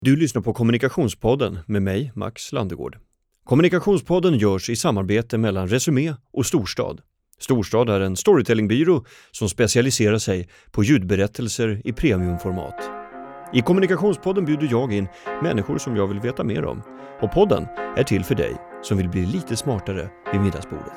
Du lyssnar på Kommunikationspodden med mig, Max Landegård. Kommunikationspodden görs i samarbete mellan Resumé och Storstad. Storstad är en storytellingbyrå som specialiserar sig på ljudberättelser i premiumformat. I Kommunikationspodden bjuder jag in människor som jag vill veta mer om. Och podden är till för dig som vill bli lite smartare vid middagsbordet.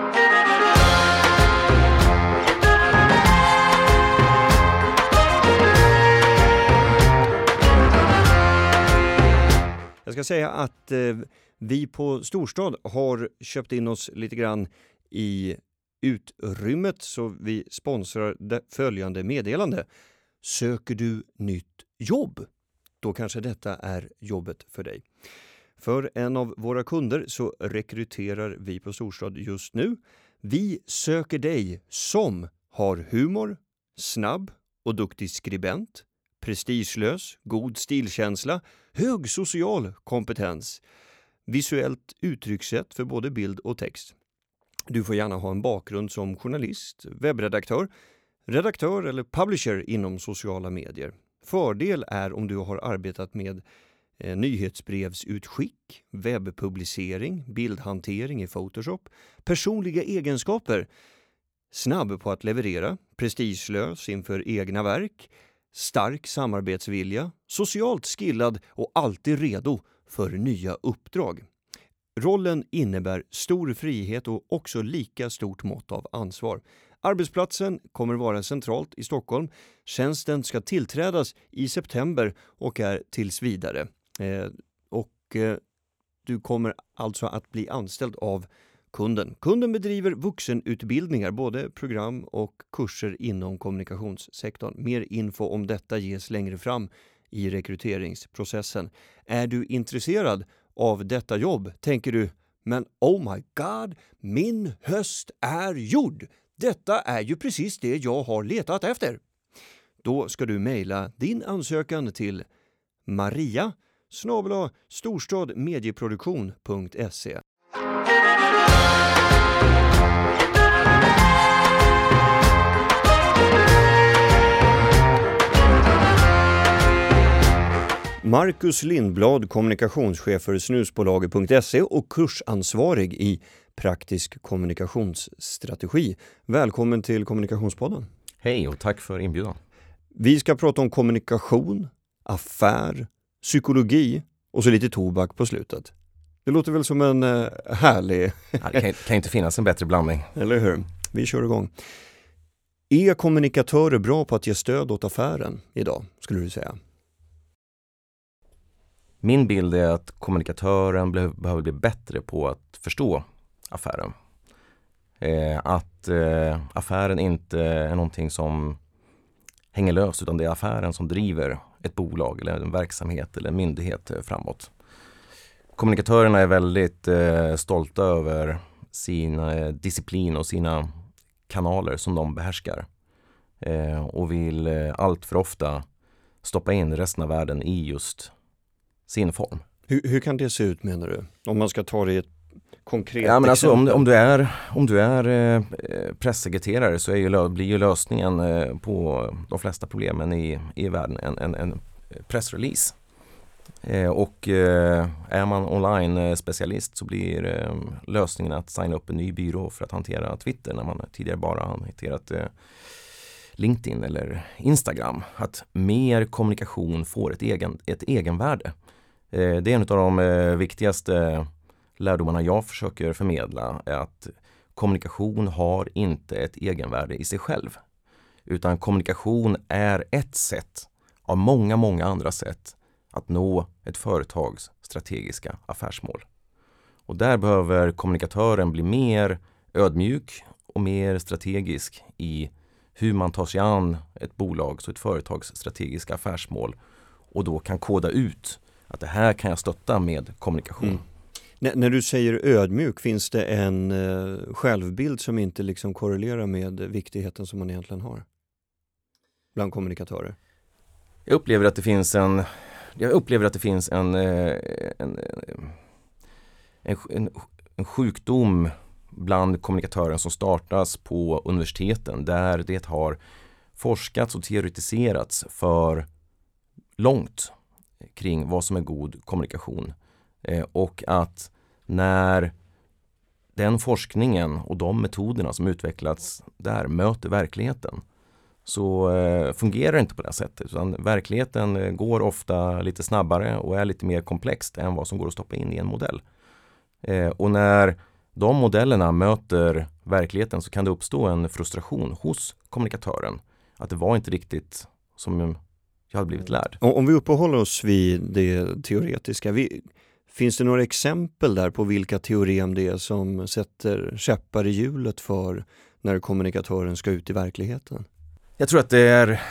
Jag ska säga att vi på Storstad har köpt in oss lite grann i utrymmet, så vi sponsrar det följande meddelande. Söker du nytt jobb? Då kanske detta är jobbet för dig. För en av våra kunder så rekryterar vi på Storstad just nu. Vi söker dig som har humor, snabb och duktig skribent, prestigelös, god stilkänsla, hög social kompetens, visuellt uttryckssätt för både bild och text. Du får gärna ha en bakgrund som journalist, webbredaktör, redaktör eller publisher inom sociala medier. Fördel är om du har arbetat med nyhetsbrevsutskick, webbpublicering, bildhantering i Photoshop, personliga egenskaper, snabb på att leverera, prestigelös inför egna verk, stark samarbetsvilja, socialt skillad och alltid redo för nya uppdrag. Rollen innebär stor frihet och också lika stort mått av ansvar. Arbetsplatsen kommer vara centralt i Stockholm. Tjänsten ska tillträdas i september och är tills vidare. Du kommer alltså att bli anställd av kunden. Kunden bedriver vuxenutbildningar, både program och kurser inom kommunikationssektorn. Mer info om detta ges längre fram i rekryteringsprocessen. Är du intresserad av detta jobb? Tänker du, men oh my god, min höst är gjord. Detta är ju precis det jag har letat efter. Då ska du mejla din ansökan till maria@storstadmedieproduktion.se. Marcus Lindblad, kommunikationschef för snusbolaget.se och kursansvarig i praktisk kommunikationsstrategi. Välkommen till Kommunikationspodden. Hej och tack för inbjudan. Vi ska prata om kommunikation, affär, psykologi och så lite tobak på slutet. Det låter väl som en härlig... Det kan inte finnas en bättre blandning. Eller hur? Vi kör igång. Är kommunikatörer bra på att ge stöd åt affären idag, skulle du säga? Min bild är att kommunikatören behöver bli bättre på att förstå affären. Att affären inte är någonting som hänger löst, utan det är affären som driver ett bolag eller en verksamhet eller en myndighet framåt. Kommunikatörerna är väldigt stolta över sin disciplin och sina kanaler som de behärskar. Och vill allt för ofta stoppa in resten av världen i just sin form. Hur kan det se ut, menar du? Om man ska ta det i ett konkret exempel. Alltså, om du är pressekreterare så blir ju lösningen på de flesta problemen i världen en pressrelease. Och är man online-specialist så blir lösningen att signa upp en ny byrå för att hantera Twitter när man tidigare bara har hanterat LinkedIn eller Instagram. Att mer kommunikation får ett egenvärde. Det är en av de viktigaste lärdomarna jag försöker förmedla, är att kommunikation har inte ett egenvärde i sig själv. Utan kommunikation är ett sätt av många, många andra sätt att nå ett företags strategiska affärsmål. Och där behöver kommunikatören bli mer ödmjuk och mer strategisk i hur man tar sig an ett bolags och ett företags strategiska affärsmål, och då kan koda ut att det här kan jag stötta med kommunikation. När du säger ödmjuk, finns det en självbild som inte liksom korrelerar med viktigheten som man egentligen har bland kommunikatörer? Jag upplever att det finns en sjukdom bland kommunikatörer som startas på universiteten, där det har forskats och teoretiserats för långt kring vad som är god kommunikation. Och att när den forskningen och de metoderna som utvecklats där möter verkligheten, så fungerar det inte på det sättet. Utan verkligheten går ofta lite snabbare och är lite mer komplext än vad som går att stoppa in i en modell. Och när de modellerna möter verkligheten så kan det uppstå en frustration hos kommunikatören. Att det var inte riktigt som jag hade blivit lärd. Om vi uppehåller oss vid det teoretiska, finns det några exempel där på vilka teorem det är som sätter käppar i hjulet för när kommunikatören ska ut i verkligheten? Jag tror att det är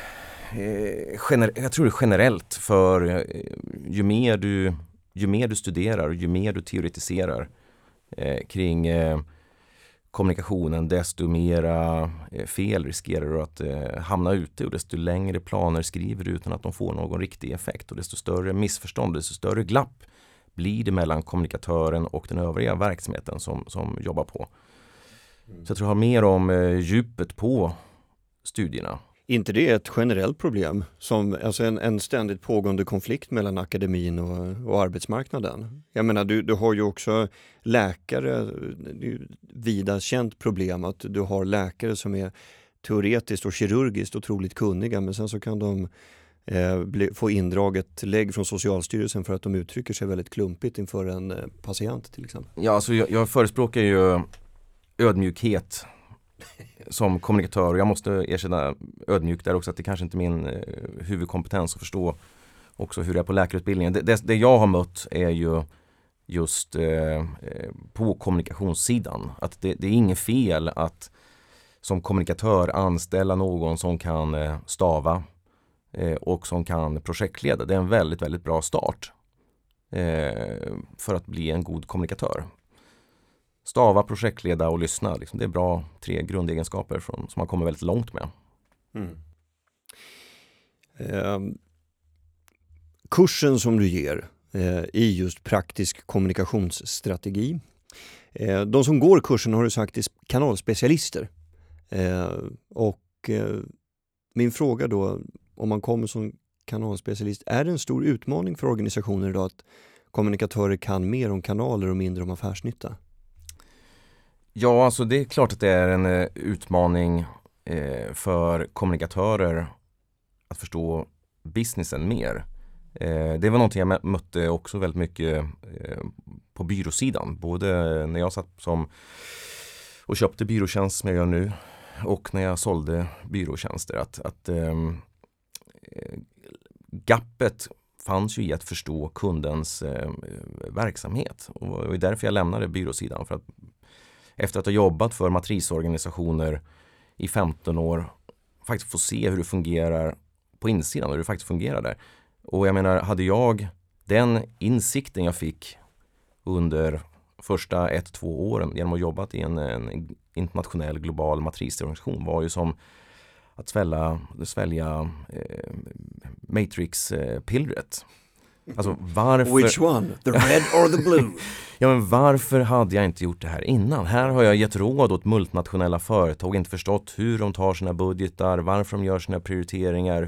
generellt för ju mer du studerar och ju mer du teoretiserar kring kommunikationen, desto mera fel riskerar du att hamna ute, och desto längre planer skriver du utan att de får någon riktig effekt, och desto större missförstånd, desto större glapp blir det mellan kommunikatören och den övriga verksamheten som jobbar på. Så jag tror jag har mer om djupet på studierna. Inte det är ett generellt problem, som alltså en ständigt pågående konflikt mellan akademin och arbetsmarknaden? Jag menar, du har ju också läkare, det är ju vida känt problem att du har läkare som är teoretiskt och kirurgiskt otroligt kunniga, men sen så kan de få indraget lägg från Socialstyrelsen för att de uttrycker sig väldigt klumpigt inför en patient till exempel. Ja, alltså jag förespråkar ju ödmjukhet som kommunikatör, och jag måste erkänna ödmjukt där också, att det kanske inte är min huvudkompetens att förstå också hur det är på läkarutbildningen. Det jag har mött är ju just på kommunikationssidan, att det är inget fel att som kommunikatör anställa någon som kan stava och som kan projektleda. Det är en väldigt, väldigt bra start för att bli en god kommunikatör. Stava, projektleda och lyssna. Liksom. Det är bra 3 grundegenskaper som man kommer väldigt långt med. Kursen som du ger i just praktisk kommunikationsstrategi. De som går kursen har du sagt är kanalspecialister. Min fråga då, om man kommer som kanalspecialist, är det en stor utmaning för organisationer idag att kommunikatörer kan mer om kanaler och mindre om affärsnytta? Ja, alltså det är klart att det är en utmaning för kommunikatörer att förstå businessen mer. Det var någonting jag mötte också väldigt mycket på byråsidan. Både när jag satt och köpte byråtjänst som jag gör nu, och när jag sålde byråtjänster. Att gappet fanns ju i att förstå kundens verksamhet. Och det är därför jag lämnade byråsidan. För att efter att ha jobbat för matrisorganisationer i 15 år faktiskt få se hur det fungerar på insidan och hur det faktiskt fungerar där. Och jag menar, hade jag den insikten jag fick under första 1-2 åren genom att ha jobbat i en internationell global matrisorganisation, var ju som att svälja Matrix-pillret. Alltså varför... Which one? The red or the blue? Ja, men varför hade jag inte gjort det här innan? Här har jag gett råd åt multinationella företag, inte förstått hur de tar sina budgetar, varför de gör sina prioriteringar,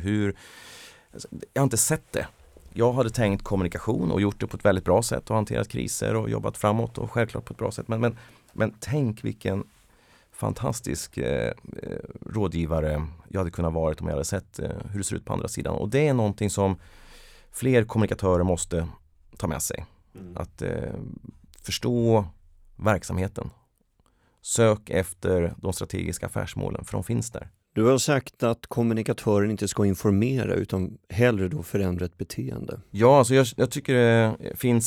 jag har inte sett det. Jag hade tänkt kommunikation och gjort det på ett väldigt bra sätt och hanterat kriser och jobbat framåt och självklart på ett bra sätt. Men tänk vilken fantastisk rådgivare jag hade kunnat varit om jag hade sett hur det ser ut på andra sidan. Och det är någonting som fler kommunikatörer måste ta med sig. Att förstå verksamheten. Sök efter de strategiska affärsmålen, för de finns där. Du har sagt att kommunikatören inte ska informera utan hellre då förändra ett beteende. Ja, alltså jag tycker det finns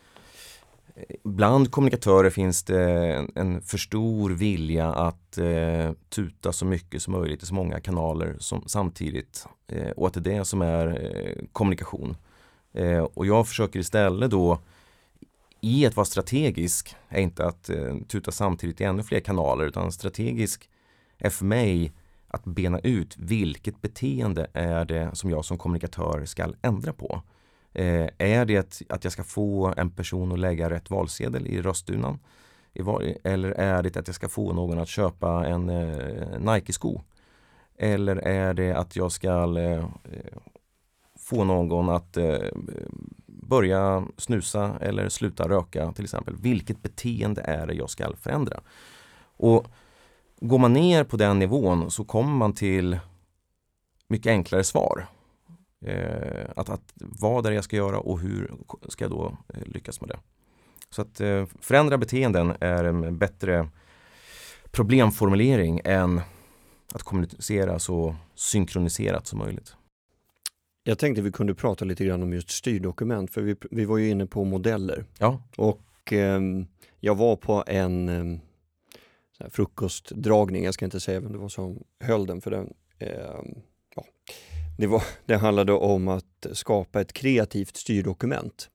bland kommunikatörer finns det en för stor vilja att tuta så mycket som möjligt i så många kanaler samtidigt. Och att det är det som är kommunikation. Och jag försöker istället då i att vara strategisk är inte att tuta samtidigt i ännu fler kanaler, utan strategisk är för mig att bena ut vilket beteende är det som jag som kommunikatör ska ändra på. Är det att jag ska få en person att lägga rätt valsedel i röstdunan? Eller är det att jag ska få någon att köpa en Nike-sko? Eller är det att jag ska få någon att börja snusa eller sluta röka till exempel. Vilket beteende är det jag ska förändra? Och går man ner på den nivån så kommer man till mycket enklare svar. Att vad är det jag ska göra och hur ska jag då lyckas med det. Så att förändra beteenden är en bättre problemformulering än att kommunicera så synkroniserat som möjligt. Jag tänkte vi kunde prata lite grann om just styrdokument, för vi var ju inne på modeller. Ja. Och jag var på en så här frukostdragning, jag ska inte säga vem det var som höll den, för den det handlade om att skapa ett kreativt styrdokument.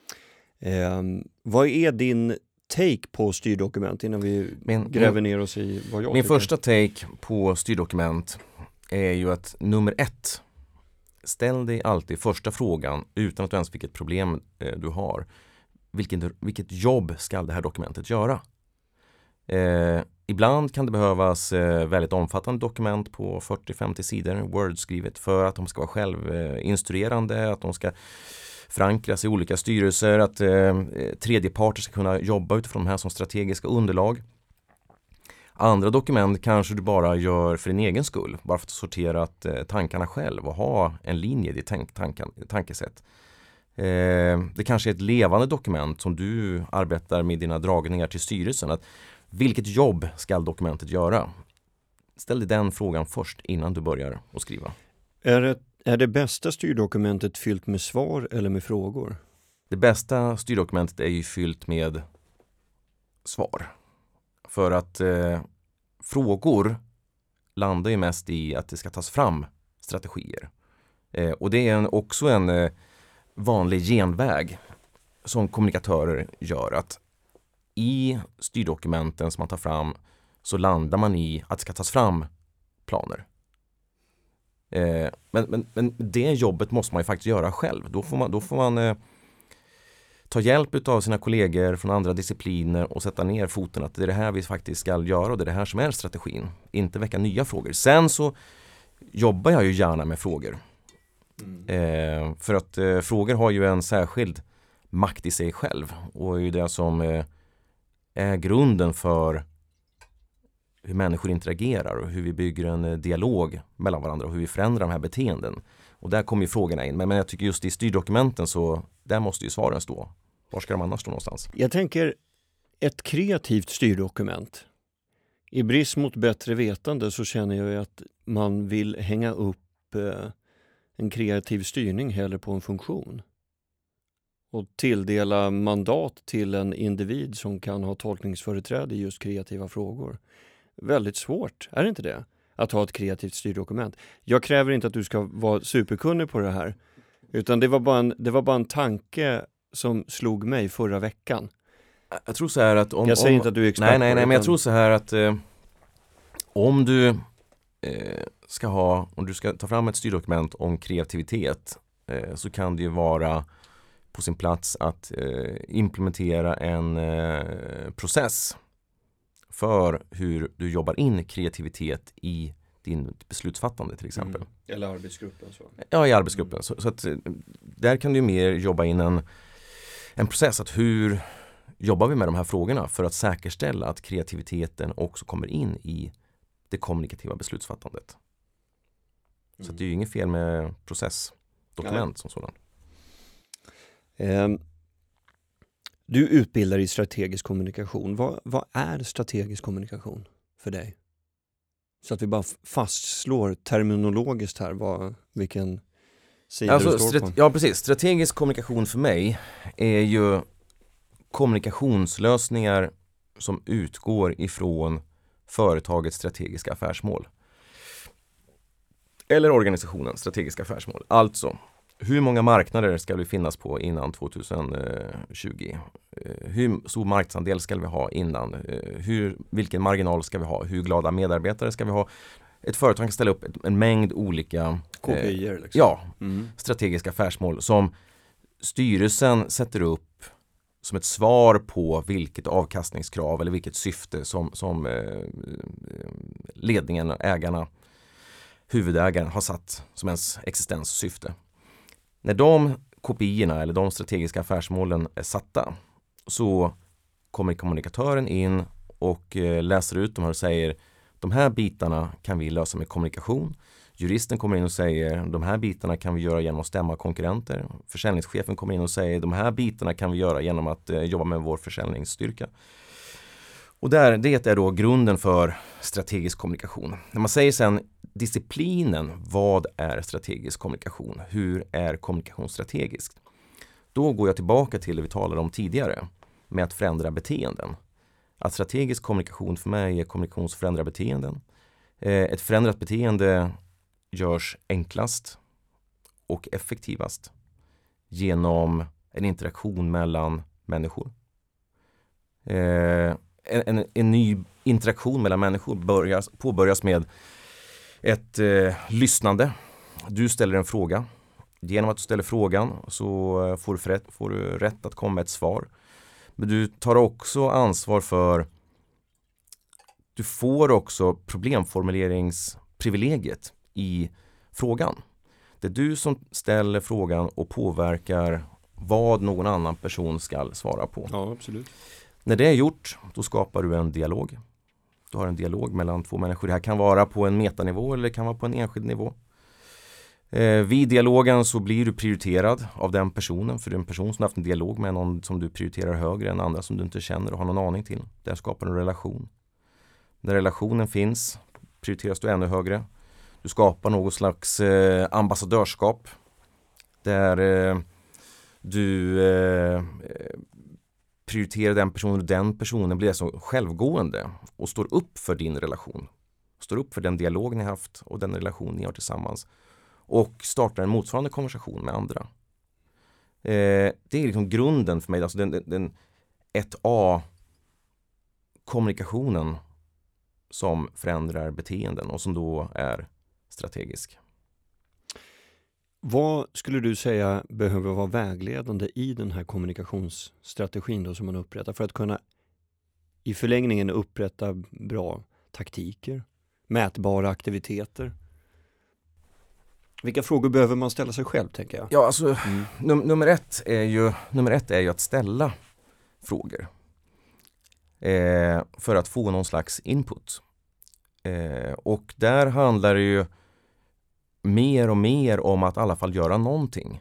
Vad är din take på styrdokument innan vi gräver ner oss i vad jag Min tycker? första take på styrdokument är ju att nummer 1, ställ dig alltid första frågan utan att du ens fick ett problem du har. Vilket jobb ska det här dokumentet göra? Ibland kan det behövas väldigt omfattande dokument på 40-50 sidor, Word-skrivet, för att de ska vara självinstruerande, att de ska förankras i olika styrelser, att tredjeparter ska kunna jobba utifrån de här som strategiska underlag. Andra dokument kanske du bara gör för din egen skull, bara för att sortera tankarna själv och ha en linje i ditt tankesätt. Det kanske är ett levande dokument som du arbetar med dina dragningar till styrelsen. Att vilket jobb ska dokumentet göra? Ställ dig den frågan först innan du börjar att skriva. Är det bästa styrdokumentet fyllt med svar eller med frågor? Det bästa styrdokumentet är ju fyllt med svar. För att frågor landar ju mest i att det ska tas fram strategier. Och det är också en vanlig genväg som kommunikatörer gör, att i styrdokumenten som man tar fram så landar man i att det ska tas fram planer. Men det jobbet måste man ju faktiskt göra själv. Då får man ta hjälp av sina kollegor från andra discipliner och sätta ner foten att det är det här vi faktiskt ska göra och det är det här som är strategin. Inte väcka nya frågor. Sen så jobbar jag ju gärna med frågor. För att frågor har ju en särskild makt i sig själv och är ju det som är grunden för hur människor interagerar och hur vi bygger en dialog mellan varandra och hur vi förändrar de här beteenden. Och där kommer ju frågorna in. Men jag tycker just i styrdokumenten så där måste ju svaren stå. Var ska de annars stå någonstans? Jag tänker ett kreativt styrdokument. I brist mot bättre vetande så känner jag att man vill hänga upp en kreativ styrning hellre på en funktion. Och tilldela mandat till en individ som kan ha tolkningsföreträde i just kreativa frågor. Väldigt svårt, är det inte det? Att ha ett kreativt styrdokument. Jag kräver inte att du ska vara superkunnig på det här. Utan det var bara en tanke som slog mig förra veckan. Jag tror så här att jag säger inte att du är expert. Nej, men jag tror så här att om du ska ta fram ett styrdokument om kreativitet så kan det ju vara på sin plats att implementera en process för hur du jobbar in kreativitet i din beslutsfattande till exempel. Eller arbetsgruppen. Så. Ja, i arbetsgruppen. Så att där kan du mer jobba in en process. Att hur jobbar vi med de här frågorna för att säkerställa att kreativiteten också kommer in i det kommunikativa beslutsfattandet. Så att det är ju inget fel med processdokument som sådant. Du utbildar i strategisk kommunikation. Vad är strategisk kommunikation för dig? Så att vi bara fastslår terminologiskt här vilken sida du står på. Ja, precis. Strategisk kommunikation för mig är ju kommunikationslösningar som utgår ifrån företagets strategiska affärsmål. Eller organisationens strategiska affärsmål. Alltså, hur många marknader ska vi finnas på innan 2020? Hur stor marknadsandel ska vi ha innan? Vilken marginal ska vi ha? Hur glada medarbetare ska vi ha? Ett företag kan ställa upp en mängd olika KPI:er liksom. Strategiska affärsmål som styrelsen sätter upp som ett svar på vilket avkastningskrav eller vilket syfte som ledningen och ägarna, huvudägaren har satt som ens existenssyfte. När de kopiorna eller de strategiska affärsmålen är satta så kommer kommunikatören in och läser ut de här och säger de här bitarna kan vi lösa med kommunikation. Juristen kommer in och säger de här bitarna kan vi göra genom att stämma konkurrenter. Försäljningschefen kommer in och säger de här bitarna kan vi göra genom att jobba med vår försäljningsstyrka. Och det är då grunden för strategisk kommunikation. När man säger sen disciplinen, vad är strategisk kommunikation? Hur är kommunikation strategiskt? Då går jag tillbaka till det vi talade om tidigare med att förändra beteenden. Att strategisk kommunikation för mig är kommunikation som förändrar beteenden. Ett förändrat beteende görs enklast och effektivast genom en interaktion mellan människor. En ny interaktion mellan människor påbörjas med ett lyssnande. Du ställer en fråga. Genom att du ställer frågan så får du rätt att komma med ett svar. Men du tar också ansvar för, du får också problemformuleringsprivilegiet i frågan. Det är du som ställer frågan och påverkar vad någon annan person ska svara på. Ja, absolut. När det är gjort, då skapar du en dialog. Du har en dialog mellan två människor. Det här kan vara på en metanivå eller det kan vara på en enskild nivå. Vid dialogen så blir du prioriterad av den personen. För det är en person som har haft en dialog med någon som du prioriterar högre än andra som du inte känner och har någon aning till. Där skapar du en relation. När relationen finns prioriteras du ännu högre. Du skapar något slags ambassadörskap. Där du prioriterar den personen och den personen blir så självgående och står upp för din relation. Står upp för den dialog ni har haft och den relation ni har tillsammans. Och startar en motsvarande konversation med andra. Det är liksom grunden för mig. Alltså den 1A-kommunikationen som förändrar beteenden och som då är strategisk. Vad skulle du säga behöver vara vägledande i den här kommunikationsstrategin då som man upprättar för att kunna i förlängningen upprätta bra taktiker, mätbara aktiviteter? Vilka frågor behöver man ställa sig själv, tänker jag? Ja, alltså nummer ett är ju att ställa frågor för att få någon slags input. Och där handlar det ju mer och mer om att i alla fall göra någonting.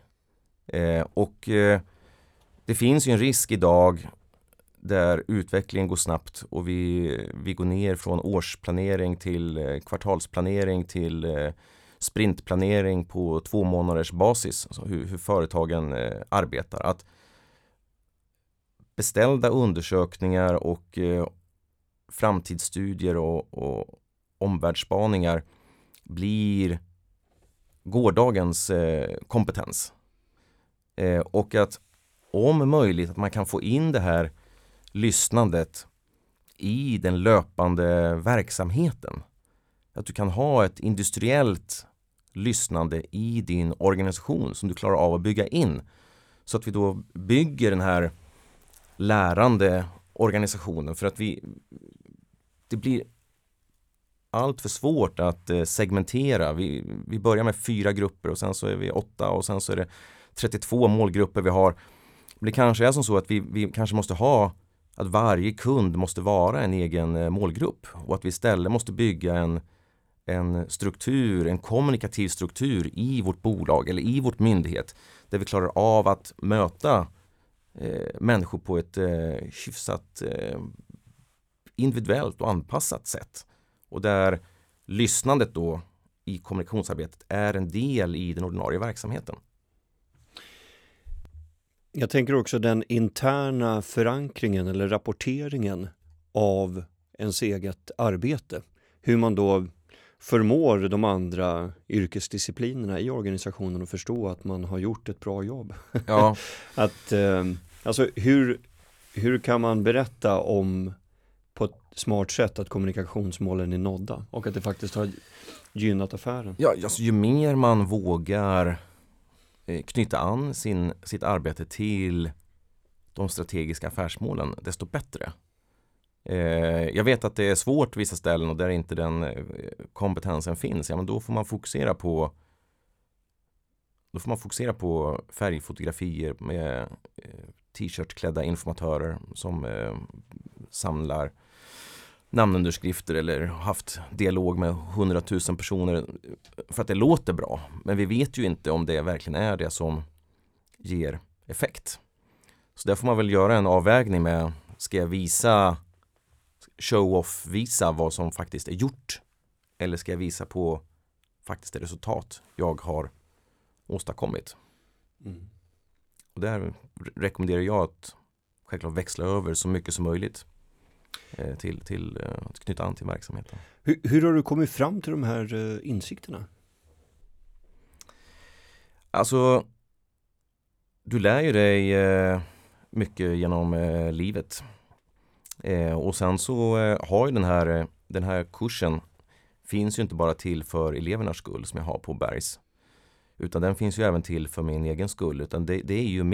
Det finns ju en risk idag där utvecklingen går snabbt och vi går ner från årsplanering till kvartalsplanering till sprintplanering på 2 månaders basis, alltså hur företagen arbetar. Att beställda undersökningar och framtidsstudier och omvärldsspaningar blir gårdagens kompetens. Och att om möjligt att man kan få in det här lyssnandet i den löpande verksamheten. Att du kan ha ett industriellt lyssnande i din organisation som du klarar av att bygga in. Så att vi då bygger den här lärande organisationen för att det blir allt för svårt att segmentera. Vi börjar med 4 grupper och sen så är vi 8 och sen så är det 32 målgrupper vi har. Men det kanske är som så att vi kanske måste ha att varje kund måste vara en egen målgrupp och att vi istället måste bygga en struktur, en kommunikativ struktur i vårt bolag eller i vårt myndighet där vi klarar av att möta människor på ett hyfsat individuellt och anpassat sätt. Och där lyssnandet då i kommunikationsarbetet är en del i den ordinarie verksamheten. Jag tänker också den interna förankringen eller rapporteringen av ens eget arbete. Hur man då förmår de andra yrkesdisciplinerna i organisationen att förstå att man har gjort ett bra jobb. Ja. Alltså hur kan man berätta om på ett smart sätt att kommunikationsmålen är nådda och att det faktiskt har gynnat affären? Ja, alltså, ju mer man vågar knyta an sitt arbete till de strategiska affärsmålen, desto bättre. Jag vet att det är svårt vissa ställen och där inte den kompetensen finns. Ja, men då får man fokusera på Då får man fokusera på färgfotografier med t-shirtklädda informatörer som samlar namnunderskrifter eller haft dialog med 100 000 personer för att det låter bra. Men vi vet ju inte om det verkligen är det som ger effekt. Så där får man väl göra en avvägning med, ska jag visa vad som faktiskt är gjort? Eller ska jag visa på faktiskt det resultat jag har åstadkommit? Mm. Och där rekommenderar jag att självklart växla över så mycket som möjligt till att knyta an till verksamheten. Hur har du kommit fram till de här insikterna? Alltså, du lär ju dig mycket genom livet. Och sen så har ju den här kursen finns ju inte bara till för elevernas skull som jag har på Bergs. Utan den finns ju även till för min egen skull. Utan det är ju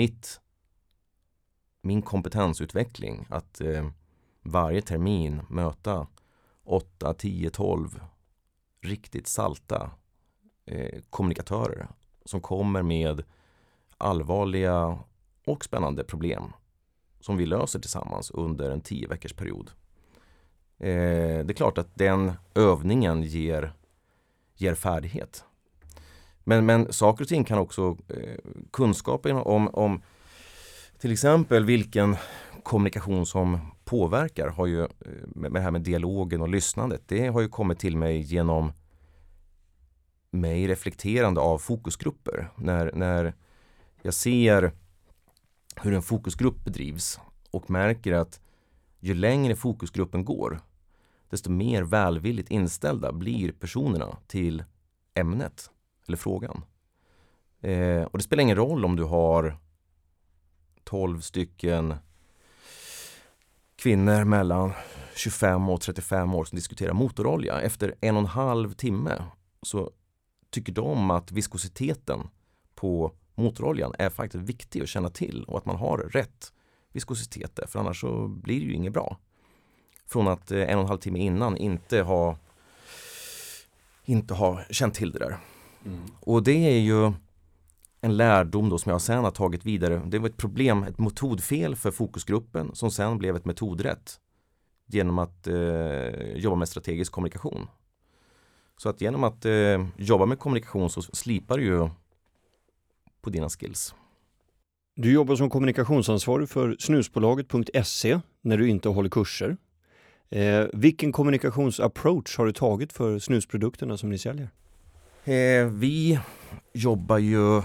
min kompetensutveckling att varje termin möta 8, 10, 12 riktigt salta kommunikatörer som kommer med allvarliga och spännande problem som vi löser tillsammans under en 10 veckors period. Det är klart att den övningen ger färdighet. Men saker och ting kan också kunskapen om till exempel vilken kommunikation som påverkar har ju med det här med dialogen och lyssnandet. Det har ju kommit till mig genom mig reflekterande av fokusgrupper. När jag ser hur en fokusgrupp bedrivs och märker att ju längre fokusgruppen går, desto mer välvilligt inställda blir personerna till ämnet eller frågan. Och det spelar ingen roll om du har 12 stycken kvinnor mellan 25 och 35 år som diskuterar motorolja. Efter 1,5 timme så tycker de att viskositeten på motoroljan är faktiskt viktig att känna till och att man har rätt viskositet där, för annars så blir det ju inget bra. Från att 1,5 timme innan inte ha känt till det där. Mm. Och det är ju en lärdom då som jag sen har tagit vidare. Det var ett problem, ett metodfel för fokusgruppen som sen blev ett metodrätt genom att jobba med strategisk kommunikation. Så att genom att jobba med kommunikation så slipar du ju på dina skills. Du jobbar som kommunikationsansvarig för snusbolaget.se när du inte håller kurser. Vilken kommunikationsapproach har du tagit för snusprodukterna som ni säljer? Vi jobbar ju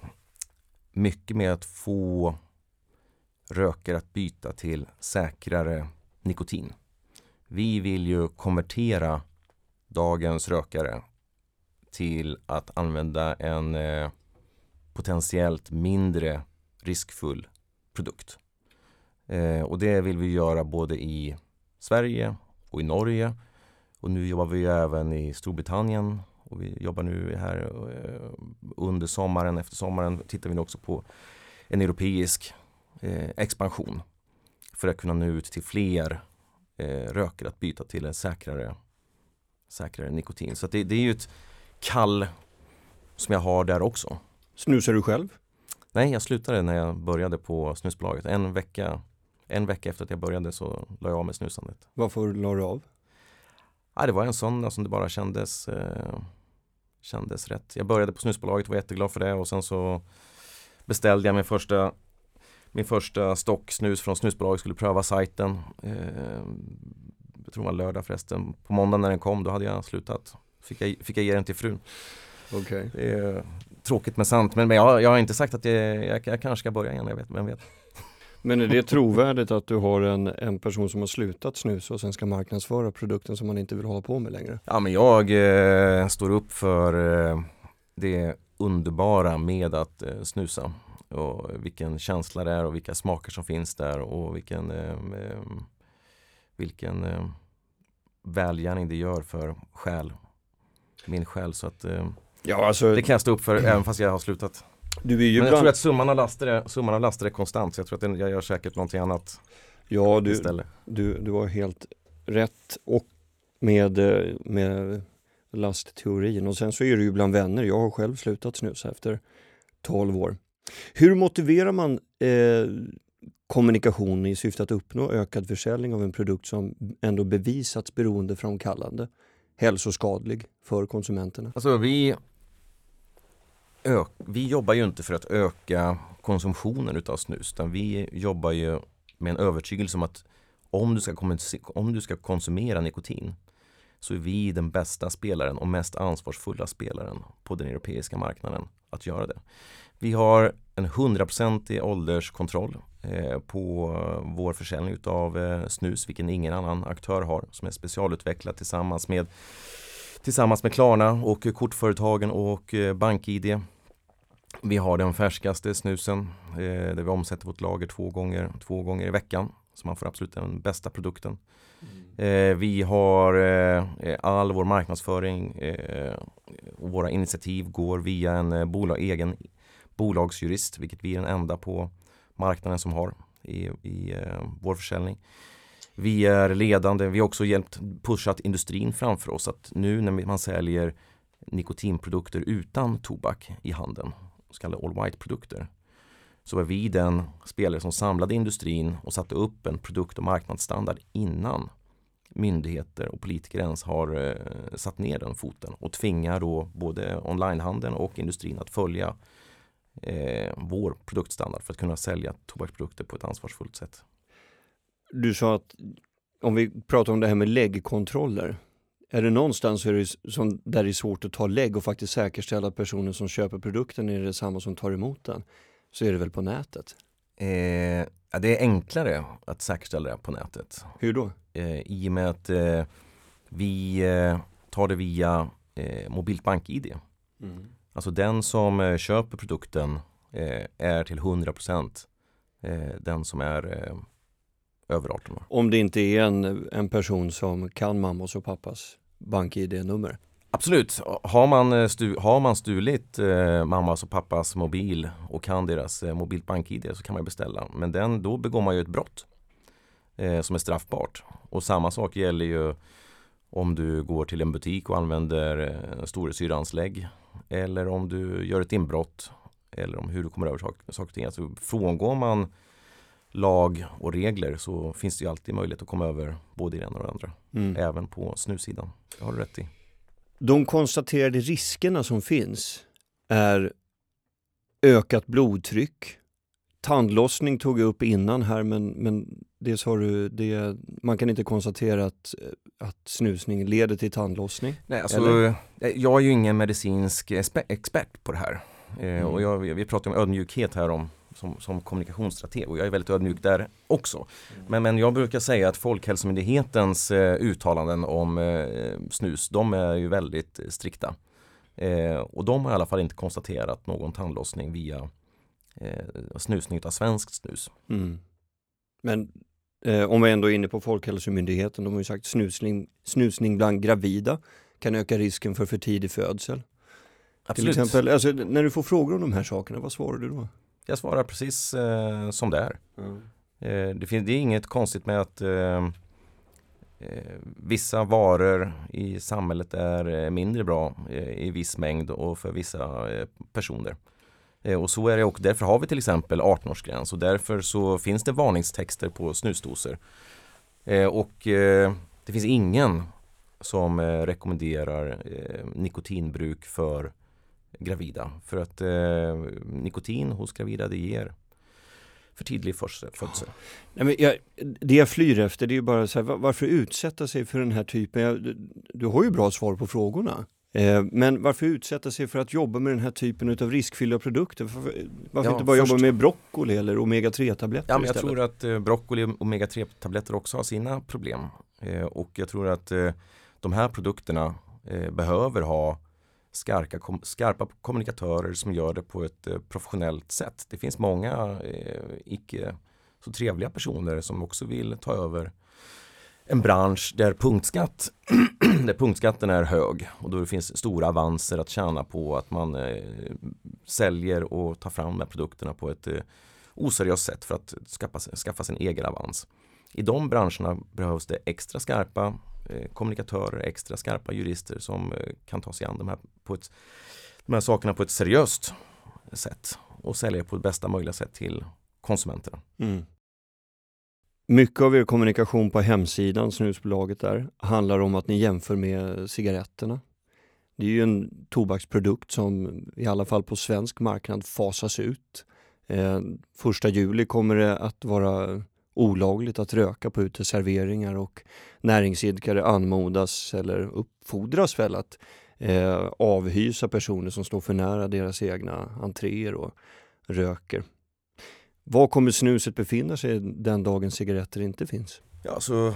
mycket med att få rökare att byta till säkrare nikotin. Vi vill ju konvertera dagens rökare till att använda en potentiellt mindre riskfull produkt. Och det vill vi göra både i Sverige och i Norge. Och nu jobbar vi även i Storbritannien. Och vi jobbar nu här under sommaren. Efter sommaren tittar vi också på en europeisk expansion. För att kunna nå ut till fler rökare att byta till en säkrare nikotin. Så att det är ju ett kall som jag har där också. Snusar du själv? Nej, jag slutade när jag började på snusbolaget. En vecka efter att jag började så la jag av med snusandet. Varför la du av? Ja, det var en sån som det bara kändes rätt. Jag började på snusbolaget och var jätteglad för det. Och sen så beställde jag min första stock snus från snusbolaget. Skulle pröva sajten. Jag tror det var lördag förresten. På måndag när den kom, då hade jag slutat. Fick jag ge den till frun. Okay. Det är tråkigt men sant. Men jag har inte sagt att jag kanske ska börja igen. Vem vet. Men är det trovärdigt att du har en person som har slutat snus och sen ska marknadsföra produkten som man inte vill hålla på med längre? Ja, men jag står upp för det underbara med att snusa. Och vilken känsla det är och vilka smaker som finns där och vilken välgärning det gör för min själ. Så att det kan jag stå upp för även fast jag har slutat. Men jag tror att summan av laster är konstant, så jag tror att jag gör säkert någonting annat. Ja, du har helt rätt och med lastteorin. Och sen så är det ju bland vänner. Jag har själv slutat snusa efter 12 år. Hur motiverar man kommunikation i syfte att uppnå ökad försäljning av en produkt som ändå bevisats beroendeframkallande, hälsoskadlig för konsumenterna? Alltså vi jobbar ju inte för att öka konsumtionen utav snus, utan vi jobbar ju med en övertygelse om att om du ska konsumera nikotin så är vi den bästa spelaren och mest ansvarsfulla spelaren på den europeiska marknaden att göra det. Vi har en 100% ålderskontroll på vår försäljning utav snus, vilken ingen annan aktör har, som är specialutvecklat tillsammans med Klarna och kortföretagen och BankID. Vi har den färskaste snusen där vi omsätter vårt lager två gånger i veckan, så man får absolut den bästa produkten. Vi har all vår marknadsföring och våra initiativ går via en egen bolagsjurist, vilket vi är den enda på marknaden som har i vår försäljning. Vi är ledande, vi har också pushat industrin framför oss, att nu när man säljer nikotinprodukter utan tobak i handeln, så kallade all white-produkter, så var vi den spelare som samlade industrin och satte upp en produkt- och marknadsstandard innan myndigheter och politiker ens har satt ner den foten, och tvingar då både onlinehandeln och industrin att följa vår produktstandard för att kunna sälja tobaksprodukter på ett ansvarsfullt sätt. Du sa att om vi pratar om det här med läggkontroller, är det någonstans där det är svårt att ta lägg och faktiskt säkerställa att personen som köper produkten är detsamma som tar emot den, så är det väl på nätet? Det är enklare att säkerställa det på nätet. Hur då? I och med att vi tar det via mobilt BankID. Alltså den som köper produkten är till 100% den som är över 18 år. Om det inte är en person som kan mammas och pappas BankID-nummer? Absolut. Har man stulit mammas och pappas mobil och kan deras mobilt BankID, så kan man beställa. Men då begår man ju ett brott som är straffbart. Och samma sak gäller ju om du går till en butik och använder storasyrrans lägg, eller om du gör ett inbrott, eller om hur du kommer över saker och ting. Alltså, frångår man lag och regler så finns det ju alltid möjlighet att komma över både det ena och det andra. Även på snussidan. Det har du rätt i. De konstaterade riskerna som finns är ökat blodtryck. Tandlossning tog jag upp innan här, men det sa du, man kan inte konstatera att snusning leder till tandlossning. Nej, alltså, jag är ju ingen medicinsk expert på det här. Och vi pratar om ödmjukhet här som kommunikationsstrateg, och jag är väldigt ödmjuk där också. Men jag brukar säga att Folkhälsomyndighetens uttalanden om snus, de är ju väldigt strikta. Och de har i alla fall inte konstaterat någon tandlossning via snusning av svenskt snus. Men om vi ändå är inne på Folkhälsomyndigheten, de har ju sagt snusning bland gravida kan öka risken för tidig födsel. Absolut. Till exempel, alltså, när du får frågor om de här sakerna, vad svarar du då? Jag svarar precis som det är. Det är inget konstigt med att vissa varor i samhället är mindre bra i viss mängd och för vissa personer. Och så är det, och därför har vi till exempel 18-årsgräns, och därför så finns det varningstexter på snusdoser. Och det finns ingen som rekommenderar nikotinbruk för gravida, för att nikotin hos gravida, det ger för tidig födsel. Nej, men det jag flyr efter, det är ju bara så här, varför utsätta sig för den här typen? Du har ju bra svar på frågorna. Men varför utsätta sig för att jobba med den här typen av riskfyllda produkter? Varför inte bara jobba med broccoli eller omega-3-tabletter men jag istället? tror att broccoli och omega-3-tabletter också har sina problem. Och jag tror att de här produkterna behöver ha skarpa kommunikatörer som gör det på ett professionellt sätt. Det finns många icke så trevliga personer som också vill ta över en bransch där punktskatten är hög, och då det finns stora avanser att tjäna på att man säljer och tar fram de här produkterna på ett oseriöst sätt för att skaffa sin egen avans. I de branscherna behövs det extra skarpa kommunikatörer, extra skarpa jurister som kan ta sig an de här sakerna på ett seriöst sätt och sälja på det bästa möjliga sätt till konsumenterna. Mm. Mycket av er kommunikation på hemsidan, snusbolaget där, handlar om att ni jämför med cigaretterna. Det är ju en tobaksprodukt som i alla fall på svensk marknad fasas ut. 1 juli kommer det att vara olagligt att röka på uteserveringar och näringsidkare anmodas eller uppfordras väl att avhysa personer som står för nära deras egna entréer och röker. Var kommer snuset befinna sig den dagen cigaretter inte finns? Ja, så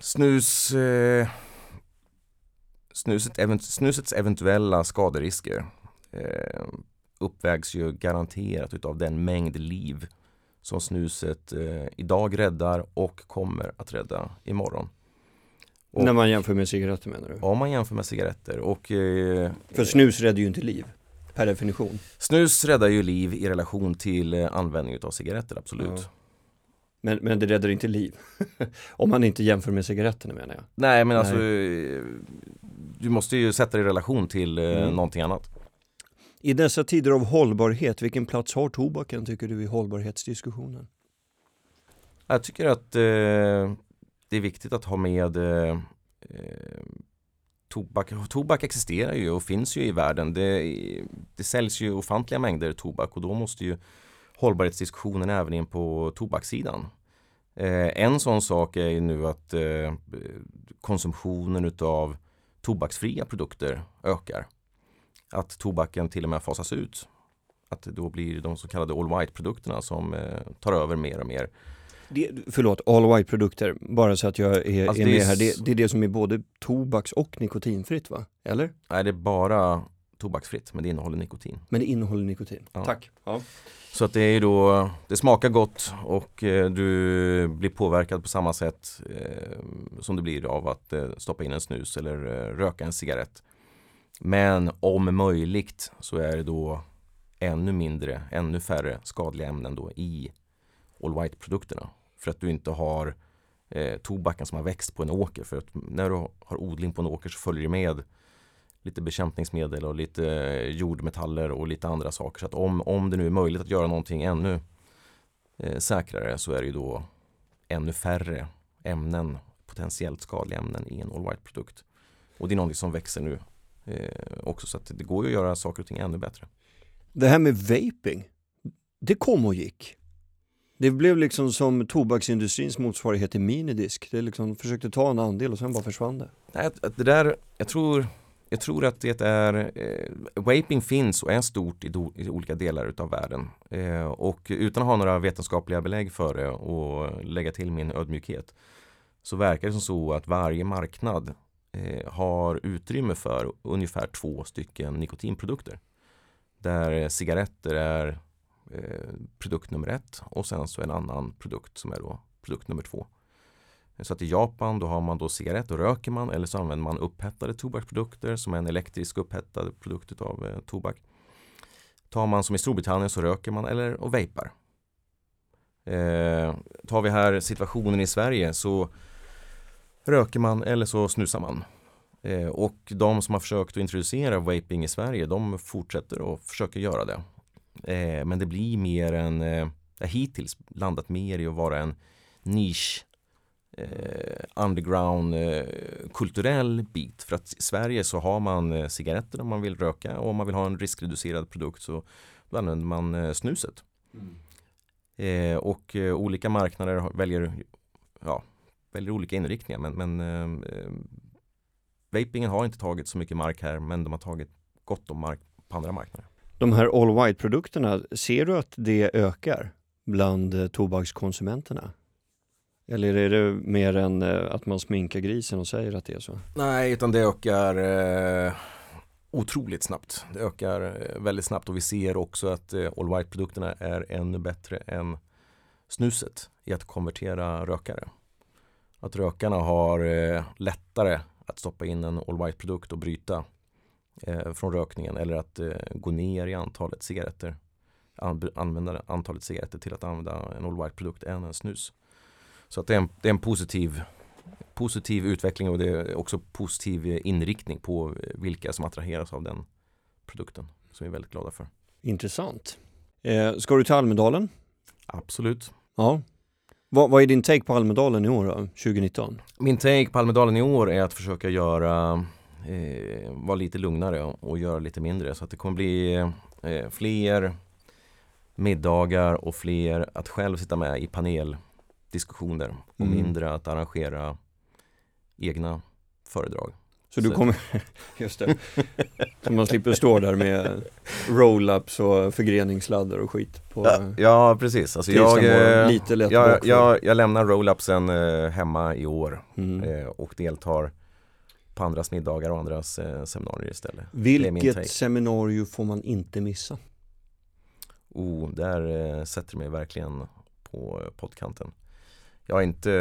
snusets eventuella skaderisker uppvägs ju garanterat utav den mängd liv som snuset idag räddar och kommer att rädda imorgon. När man jämför med cigaretter menar du? Om man jämför med cigaretter. För snus räddar ju inte liv, per definition. Snus räddar ju liv i relation till användning av cigaretter, absolut. Ja. Men det räddar inte liv. Om man inte jämför med cigaretterna menar jag. Nej, men alltså du måste ju sätta det i relation till någonting annat. I dessa tider av hållbarhet, vilken plats har tobaken tycker du i hållbarhetsdiskussionen? Jag tycker att det är viktigt att ha med tobak. Tobak existerar ju och finns ju i världen. Det säljs ju ofantliga mängder tobak och då måste ju hållbarhetsdiskussionen även in på tobakssidan. En sån sak är ju nu att konsumtionen utav tobaksfria produkter ökar. Att tobaken till och med fasas ut. Att det då blir de så kallade all white-produkterna som tar över mer och mer. All white-produkter, bara så att jag är alltså med här. Det är det som är både tobaks- och nikotinfritt va? Eller? Nej, det är bara tobaksfritt men det innehåller nikotin. Men det innehåller nikotin, ja. Tack. Ja. Så att det är då, det smakar gott och du blir påverkad på samma sätt som det blir av att stoppa in en snus eller röka en cigarett. Men om möjligt så är det då ännu färre skadliga ämnen då i all white-produkterna. För att du inte har tobaken som har växt på en åker. För att när du har odling på en åker så följer det med lite bekämpningsmedel och lite jordmetaller och lite andra saker. Så att om det nu är möjligt att göra någonting ännu säkrare så är det ju då ännu färre ämnen, potentiellt skadliga ämnen i en all white-produkt. Och det är någonting som växer nu också så att det går ju att göra saker och ting ännu bättre. Det här med vaping, det kom och gick. Det blev liksom som tobaksindustrins motsvarighet till minidisk. Det liksom försökte ta en andel och sen bara försvann det. Nej, det där, jag tror att det är vaping finns och är stort i olika delar utav världen. Och utan att ha några vetenskapliga belägg för det och lägga till min ödmjukhet så verkar det som så att varje marknad har utrymme för ungefär 2 stycken nikotinprodukter. Där cigaretter är produkt nummer 1 och sen så en annan produkt som är då produkt nummer 2. Så att i Japan då har man då cigarett och röker man eller så använder man upphettade tobaksprodukter som är en elektrisk upphettad produkt av tobak. Tar man som i Storbritannien så röker man eller och vapar. Tar vi här situationen i Sverige så röker man eller så snusar man. Och de som har försökt att introducera vaping i Sverige de fortsätter och försöker göra det. Men det blir mer hittills landat mer i att vara en nisch underground kulturell bit. För att i Sverige så har man cigaretter om man vill röka och om man vill ha en riskreducerad produkt så då använder man snuset. Och olika marknader väljer olika inriktningar men vapingen har inte tagit så mycket mark här men de har tagit gott om mark på andra marknader. De här all white-produkterna, ser du att det ökar bland tobakskonsumenterna? Eller är det mer än att man sminkar grisen och säger att det är så? Nej, utan det ökar otroligt snabbt. Det ökar väldigt snabbt och vi ser också att all white-produkterna är ännu bättre än snuset i att konvertera rökare. Att rökarna har lättare att stoppa in en all white-produkt och bryta från rökningen eller att gå ner i antalet cigaretter, använda antalet cigaretter till att använda en all white-produkt än en snus. Så att det är en positiv utveckling och det är också positiv inriktning på vilka som attraheras av den produkten som vi är väldigt glada för. Intressant. Ska du till Almedalen? Absolut. Ja. Vad är din take på Almedalen i år då, 2019? Min take på Almedalen i år är att försöka vara lite lugnare och göra lite mindre. Så att det kommer bli fler middagar och fler att själv sitta med i paneldiskussioner och mindre att arrangera egna föredrag. Så du kommer, just det, så man slipper stå där med roll-ups och förgreningssladdar och skit på. Ja precis. Alltså lite lätt jag lämnar roll-upsen hemma i år och deltar på andras middagar och andras seminarier istället. Vilket seminarium får man inte missa? Där sätter det mig verkligen på poddkanten. Jag har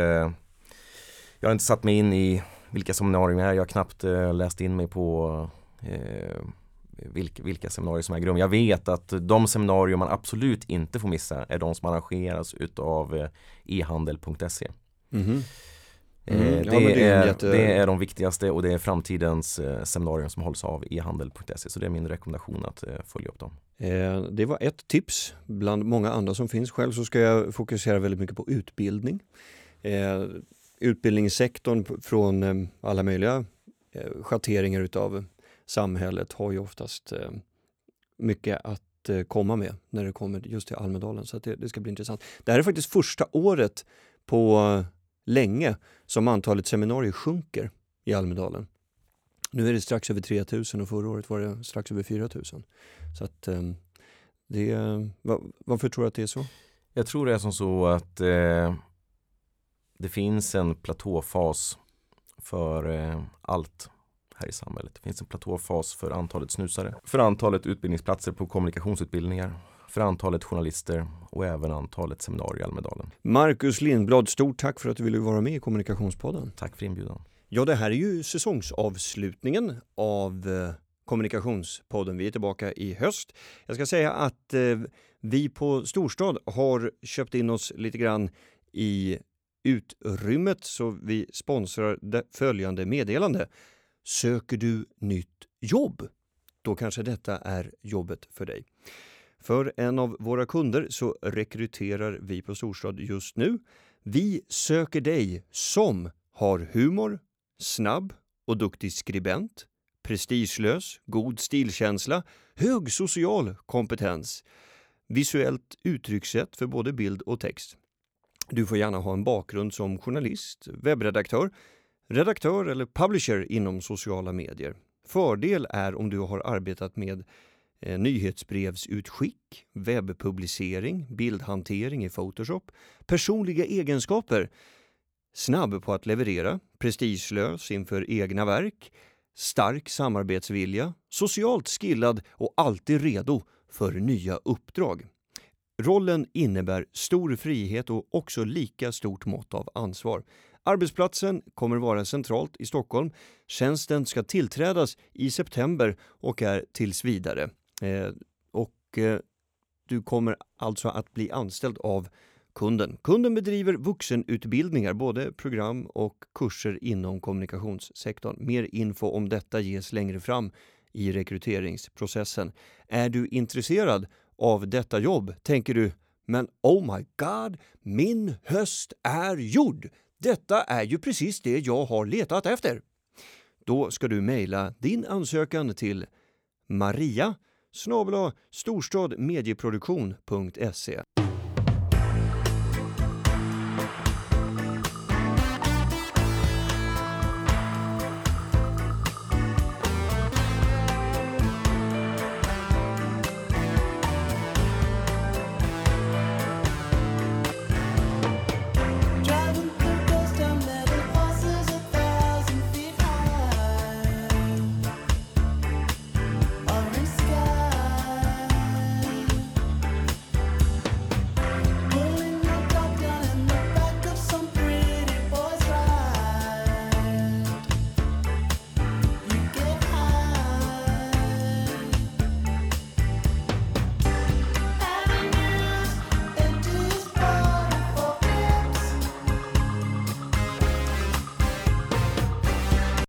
inte satt mig in i vilka seminarier är. Jag har knappt läst in mig på vilka seminarier som äger rum. Jag vet att de seminarier man absolut inte får missa är de som arrangeras utav ehandel.se. Det är de viktigaste och det är framtidens seminarium som hålls av ehandel.se. Så det är min rekommendation att följa upp dem. Det var ett tips bland många andra som finns. Själv så ska jag fokusera väldigt mycket på utbildning. Utbildningssektorn från alla möjliga schatteringar utav samhället har ju oftast mycket att komma med när det kommer just till Almedalen. Så att det ska bli intressant. Det här är faktiskt första året på länge som antalet seminarier sjunker i Almedalen. Nu är det strax över 3000 och förra året var det strax över 4000. Så att varför tror du att det är så? Jag tror det är som så att det finns en platåfas för allt här i samhället. Det finns en platåfas för antalet snusare, för antalet utbildningsplatser på kommunikationsutbildningar, för antalet journalister och även antalet seminarier i Almedalen. Marcus Lindblad, stort tack för att du ville vara med i Kommunikationspodden. Tack för inbjudan. Ja, det här är ju säsongsavslutningen av Kommunikationspodden. Vi är tillbaka i höst. Jag ska säga att vi på Storstad har köpt in oss lite grann i utrymmet, så vi sponsrar följande meddelande. Söker du nytt jobb? Då kanske detta är jobbet för dig. För en av våra kunder så rekryterar vi på Storstad just nu. Vi söker dig som har humor, snabb och duktig skribent, prestigelös, god stilkänsla, hög social kompetens, visuellt uttryckssätt för både bild och text. Du får gärna ha en bakgrund som journalist, webbredaktör, redaktör eller publisher inom sociala medier. Fördel är om du har arbetat med nyhetsbrevsutskick, webbpublicering, bildhantering i Photoshop, personliga egenskaper, snabb på att leverera, prestigelös inför egna verk, stark samarbetsvilja, socialt skillad och alltid redo för nya uppdrag. Rollen innebär stor frihet och också lika stort mått av ansvar. Arbetsplatsen kommer vara centralt i Stockholm. Tjänsten ska tillträdas i september och är tills vidare. Du kommer alltså att bli anställd av kunden. Kunden bedriver vuxenutbildningar, både program och kurser inom kommunikationssektorn. Mer info om detta ges längre fram i rekryteringsprocessen. Är du intresserad av detta jobb? Tänker du, men oh my god, min höst är gjord. Detta är ju precis det jag har letat efter. Då ska du mejla din ansökan till maria@storstadmedieproduktion.se.